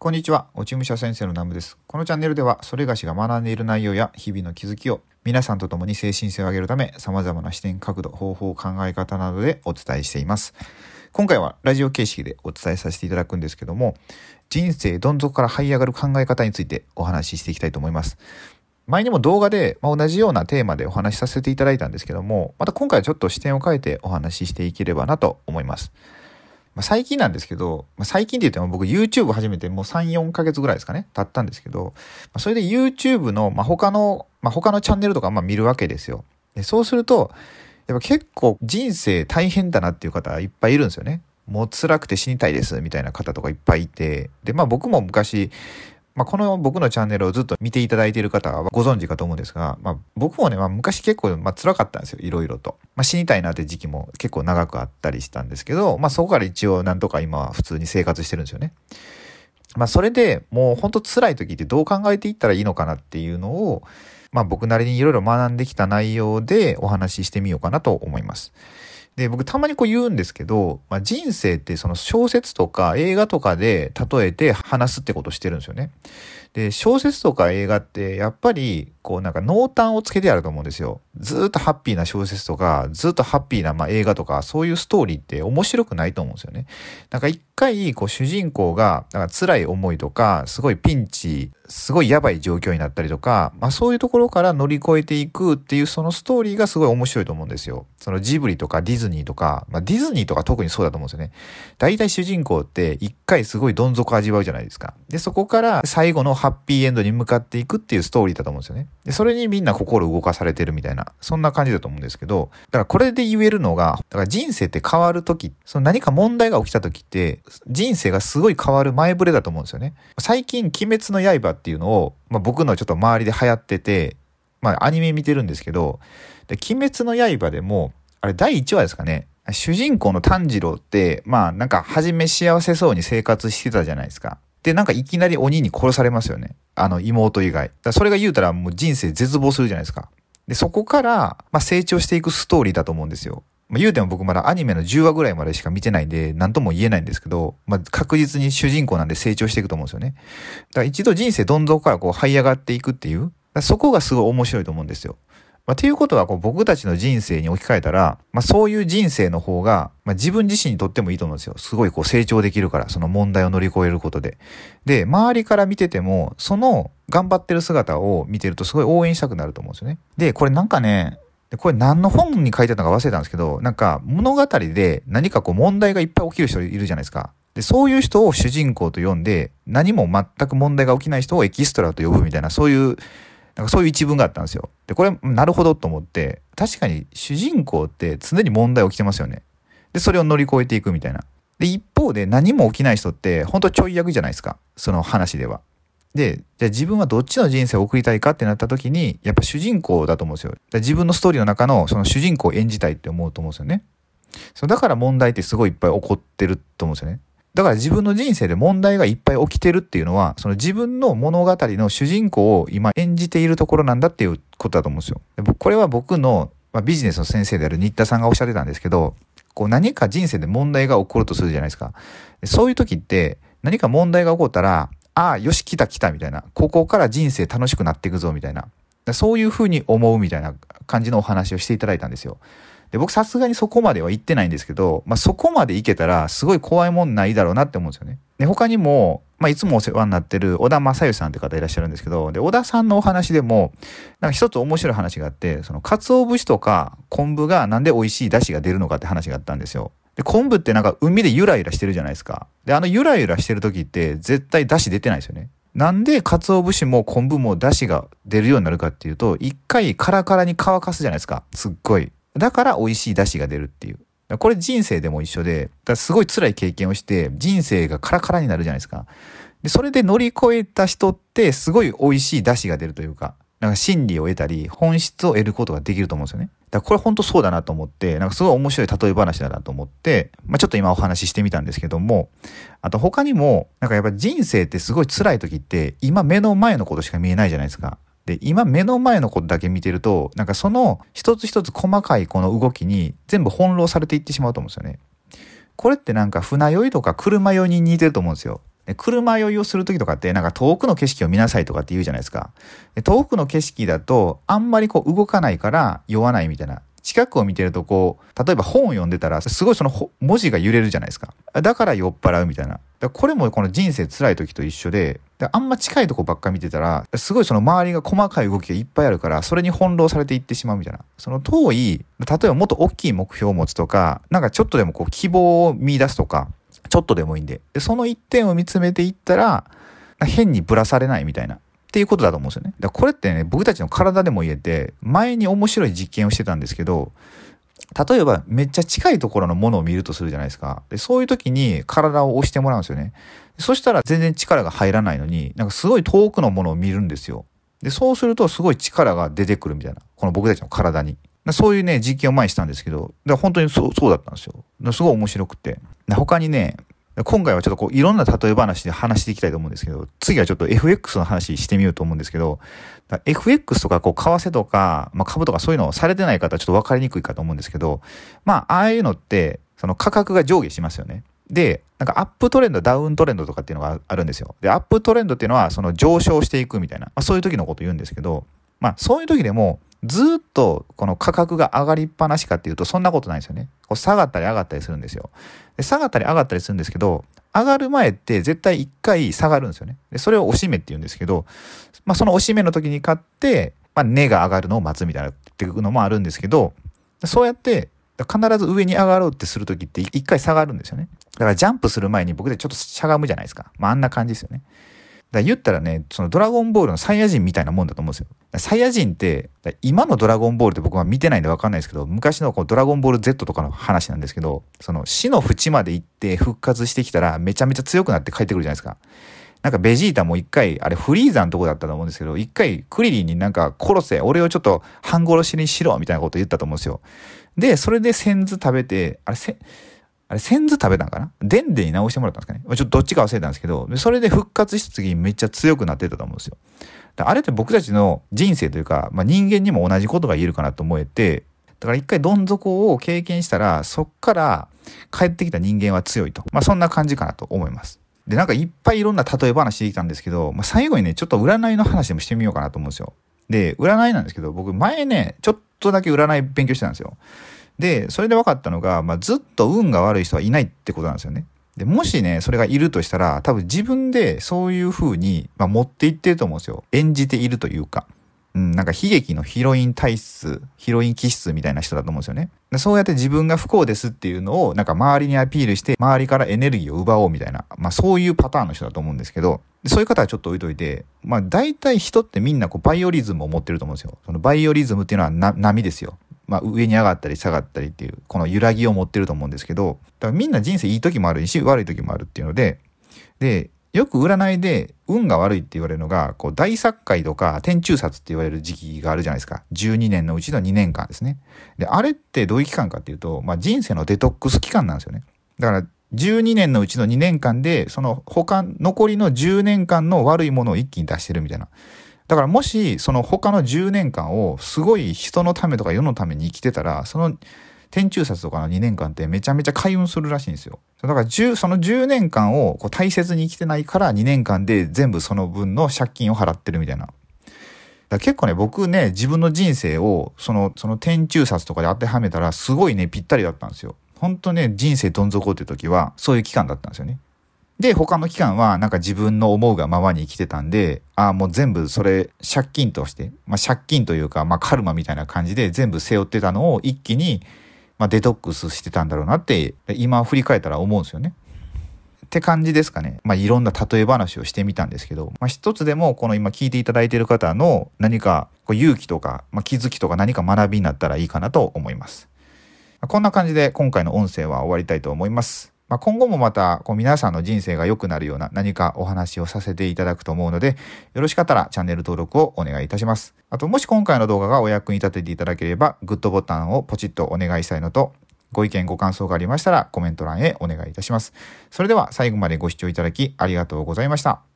こんにちは、落ち武者先生の南部です。このチャンネルでは、それがしが学んでいる内容や日々の気づきを皆さんと共に精神性を上げるため、様々な視点、角度、方法、考え方などでお伝えしています。今回はラジオ形式でお伝えさせていただくんですけども、人生どん底から這い上がる考え方についてお話ししていきたいと思います。前にも動画で、同じようなテーマでお話しさせていただいたんですけども、また今回はちょっと視点を変えてお話ししていければなと思います。最近なんですけど、最近って言っても僕 YouTube 始めてもう3、4ヶ月ぐらいですかね、経ったんですけど、それで YouTube の、他のチャンネルとか見るわけですよ。でそうすると、やっぱ結構人生大変だなっていう方いっぱいいるんですよね。もう辛くて死にたいですみたいな方とかいっぱいいて、で、僕も昔、この僕のチャンネルをずっと見ていただいている方はご存知かと思うんですが、僕もね、昔結構辛かったんですよ、いろいろと。死にたいなって時期も結構長くあったりしたんですけど、そこから一応なんとか今は普通に生活してるんですよね。それでもう本当辛い時ってどう考えていったらいいのかなっていうのを、僕なりにいろいろ学んできた内容でお話ししてみようかなと思います。で、僕たまに言うんですけど、人生ってその小説とか映画とかで例えて話すってことをしてるんですよね。で、小説とか映画ってやっぱり濃淡をつけてやると思うんですよ。ずっとハッピーな小説とか、ずっとハッピーな映画とか、そういうストーリーって面白くないと思うんですよね。一回主人公が辛い思いとか、すごいピンチ、すごいやばい状況になったりとか、そういうところから乗り越えていくっていうそのストーリーがすごい面白いと思うんですよ。そのジブリとかディズニーとか、ディズニーとか特にそうだと思うんですよね。大体主人公って一回すごいどん底味わうじゃないですか。で、そこから最後のハッピーエンドに向かっていくっていうストーリーだと思うんですよね。で、それにみんな心動かされてるみたいな、そんな感じだと思うんですけど、だからこれで言えるのが、だから人生って変わるとき、その何か問題が起きたときって、人生がすごい変わる前触れだと思うんですよね。最近、鬼滅の刃っていうのを、僕のちょっと周りで流行ってて、アニメ見てるんですけど、で鬼滅の刃でも、あれ第1話ですかね、主人公の炭治郎って、初め幸せそうに生活してたじゃないですか。で、いきなり鬼に殺されますよね。妹以外。それが言うたらもう人生絶望するじゃないですか。で、そこから、成長していくストーリーだと思うんですよ。言うても僕まだアニメの10話ぐらいまでしか見てないんで、何とも言えないんですけど、確実に主人公なんで成長していくと思うんですよね。だから一度人生どん底から這い上がっていくっていう、そこがすごい面白いと思うんですよ。っていうことは僕たちの人生に置き換えたら、そういう人生の方が、自分自身にとってもいいと思うんですよ。すごい成長できるから、その問題を乗り越えることで。で、周りから見てても、その頑張ってる姿を見てるとすごい応援したくなると思うんですよね。で、これこれ何の本に書いてあったのか忘れたんですけど、物語で何か問題がいっぱい起きる人いるじゃないですか。で、そういう人を主人公と呼んで、何も全く問題が起きない人をエキストラと呼ぶみたいな、そういう一文があったんですよ。で、これ、なるほどと思って、確かに主人公って常に問題起きてますよね。で、それを乗り越えていくみたいな。で、一方で何も起きない人って、本当ちょい役じゃないですか。その話では。で、じゃあ自分はどっちの人生を送りたいかってなった時に、やっぱ主人公だと思うんですよ。自分のストーリーの中のその主人公を演じたいって思うと思うんですよね。だから問題ってすごいいっぱい起こってると思うんですよね。だから自分の人生で問題がいっぱい起きてるっていうのは、その自分の物語の主人公を今演じているところなんだっていうことだと思うんですよ。これは僕のビジネスの先生である新田さんがおっしゃってたんですけど、何か人生で問題が起こるとするじゃないですか。そういう時って何か問題が起こったら、ああ、よし、来たみたいな。ここから人生楽しくなっていくぞみたいな。そういうふうに思うみたいな感じのお話をしていただいたんですよ。で、僕さすがにそこまでは行ってないんですけど、そこまで行けたらすごい怖いもんないだろうなって思うんですよね。で、他にも、いつもお世話になってる小田正義さんって方いらっしゃるんですけど、で、小田さんのお話でも、一つ面白い話があって、その鰹節とか昆布がなんで美味しい出汁が出るのかって話があったんですよ。で、昆布って海でゆらゆらしてるじゃないですか。で、ゆらゆらしてる時って絶対出汁出てないですよね。なんで鰹節も昆布も出汁が出るようになるかっていうと、一回カラカラに乾かすじゃないですか。すっごい。だから美味しい出汁が出るっていう。これ人生でも一緒で、すごい辛い経験をして人生がカラカラになるじゃないですか。で、それで乗り越えた人ってすごい美味しい出汁が出るというか、真理を得たり本質を得ることができると思うんですよね。だからこれ本当そうだなと思って、すごい面白い例え話だなと思って、ちょっと今お話ししてみたんですけども、あと他にもやっぱ人生ってすごい辛い時って今目の前のことしか見えないじゃないですか。で、今目の前のことだけ見てると、その一つ一つ細かいこの動きに全部翻弄されていってしまうと思うんですよね。これって船酔いとか車酔いに似てると思うんですよ。 車酔いをする時とかってなんか遠くの景色を見なさいとかって言うじゃないですか。遠くの景色だとあんまりこう動かないから酔わないみたいな。近くを見てるとこう、例えば本を読んでたらすごいその文字が揺れるじゃないですか。だから酔っ払うみたいな。これもこの人生辛い時と一緒で、あんま近いとこばっか見てたらすごいその周りが細かい動きがいっぱいあるからそれに翻弄されていってしまうみたいな。その遠い、例えばもっと大きい目標を持つとか、なんかちょっとでもこう希望を見出すとか、ちょっとでもいいんで、その一点を見つめていったら変にぶらされないみたいなっていうことだと思うんですよね。だからこれってね、僕たちの体でも言えて、前に面白い実験をしてたんですけど、例えばめっちゃ近いところのものを見るとするじゃないですか。でそういう時に体を押してもらうんですよね。そしたら全然力が入らないのに、なんかすごい遠くのものを見るんですよ。でそうするとすごい力が出てくるみたいな、この僕たちの体に。そういうね実験を前にしたんですけど、本当にそうだったんですよ。すごい面白くて、他にね、今回はちょっとこういろんな例え話で話していきたいと思うんですけど、次はちょっと FX の話してみようと思うんですけど、FX とかこう為替とか、株とかそういうのをされてない方はちょっと分かりにくいかと思うんですけど、ああいうのってその価格が上下しますよね。で、なんかアップトレンド、ダウントレンドとかっていうのがあるんですよ。で、アップトレンドっていうのはその上昇していくみたいな、そういう時のことを言うんですけど、そういう時でもずっとこの価格が上がりっぱなしかっていうとそんなことないんですよね。こう下がったり上がったりするんですよ。で下がったり上がったりするんですけど、上がる前って絶対一回下がるんですよね。でそれを押し目って言うんですけど、その押し目の時に買って、値が上がるのを待つみたいなっていうのもあるんですけど、そうやって必ず上に上がろうってする時って一回下がるんですよね。だからジャンプする前に僕でちょっとしゃがむじゃないですか。あんな感じですよね。だから言ったらね、そのドラゴンボールのサイヤ人みたいなもんだと思うんですよ。サイヤ人って、今のドラゴンボールって僕は見てないんで分かんないですけど、昔のこうドラゴンボール Z とかの話なんですけど、その死の淵まで行って復活してきたらめちゃめちゃ強くなって帰ってくるじゃないですか。なんかベジータも一回、あれフリーザのとこだったと思うんですけど、一回クリリンになんか殺せ、俺をちょっと半殺しにしろみたいなこと言ったと思うんですよ。で、それで仙豆食べて、あれ仙豆食べたんかな、デンデに直してもらったんですかね。ちょっとどっちか忘れたんですけど、それで復活した次にめっちゃ強くなってたと思うんですよ。あれって僕たちの人生というか、人間にも同じことが言えるかなと思えて、だから一回どん底を経験したら、そっから帰ってきた人間は強いと。そんな感じかなと思います。で、なんかいっぱいいろんな例え話してきたんですけど、最後にね、ちょっと占いの話でもしてみようかなと思うんですよ。で、占いなんですけど、僕前ね、ちょっとだけ占い勉強してたんですよ。で、それで分かったのが、ずっと運が悪い人はいないってことなんですよね。で、もしね、それがいるとしたら、多分自分でそういう風に、持っていってると思うんですよ。演じているというか。なんか悲劇のヒロイン体質、ヒロイン気質みたいな人だと思うんですよね。でそうやって自分が不幸ですっていうのを、なんか周りにアピールして、周りからエネルギーを奪おうみたいな、そういうパターンの人だと思うんですけど、そういう方はちょっと置いといて、大体人ってみんなこうバイオリズムを持ってると思うんですよ。そのバイオリズムっていうのは波ですよ。上に上がったり下がったりっていう、この揺らぎを持ってると思うんですけど、だからみんな人生いい時もあるし、悪い時もあるっていうので、よく占いで運が悪いって言われるのが、こう大殺界とか天中殺って言われる時期があるじゃないですか。12年のうちの2年間ですね。で、あれってどういう期間かっていうと、人生のデトックス期間なんですよね。だから12年のうちの2年間で、その残りの10年間の悪いものを一気に出してるみたいな。だからもしその他の10年間をすごい人のためとか世のために生きてたら、その天中殺とかの2年間ってめちゃめちゃ開運するらしいんですよ。だからその10年間をこう大切に生きてないから2年間で全部その分の借金を払ってるみたいな。だから結構ね、僕ね、自分の人生をその天中殺とかで当てはめたらすごいね、ぴったりだったんですよ。本当ね、人生どん底っていう時はそういう期間だったんですよね。で、他の期間はなんか自分の思うがままに生きてたんで、もう全部それ借金として、借金というか、カルマみたいな感じで全部背負ってたのを一気にデトックスしてたんだろうなって今振り返ったら思うんですよね。って感じですかね。いろんな例え話をしてみたんですけど、一つでもこの今聞いていただいている方の何かこう勇気とか、気づきとか何か学びになったらいいかなと思います。こんな感じで今回の音声は終わりたいと思います。今後もまたこう皆さんの人生が良くなるような何かお話をさせていただくと思うので、よろしかったらチャンネル登録をお願いいたします。あと、もし今回の動画がお役に立てていただければ、グッドボタンをポチッとお願いしたいのと、ご意見ご感想がありましたらコメント欄へお願いいたします。それでは最後までご視聴いただきありがとうございました。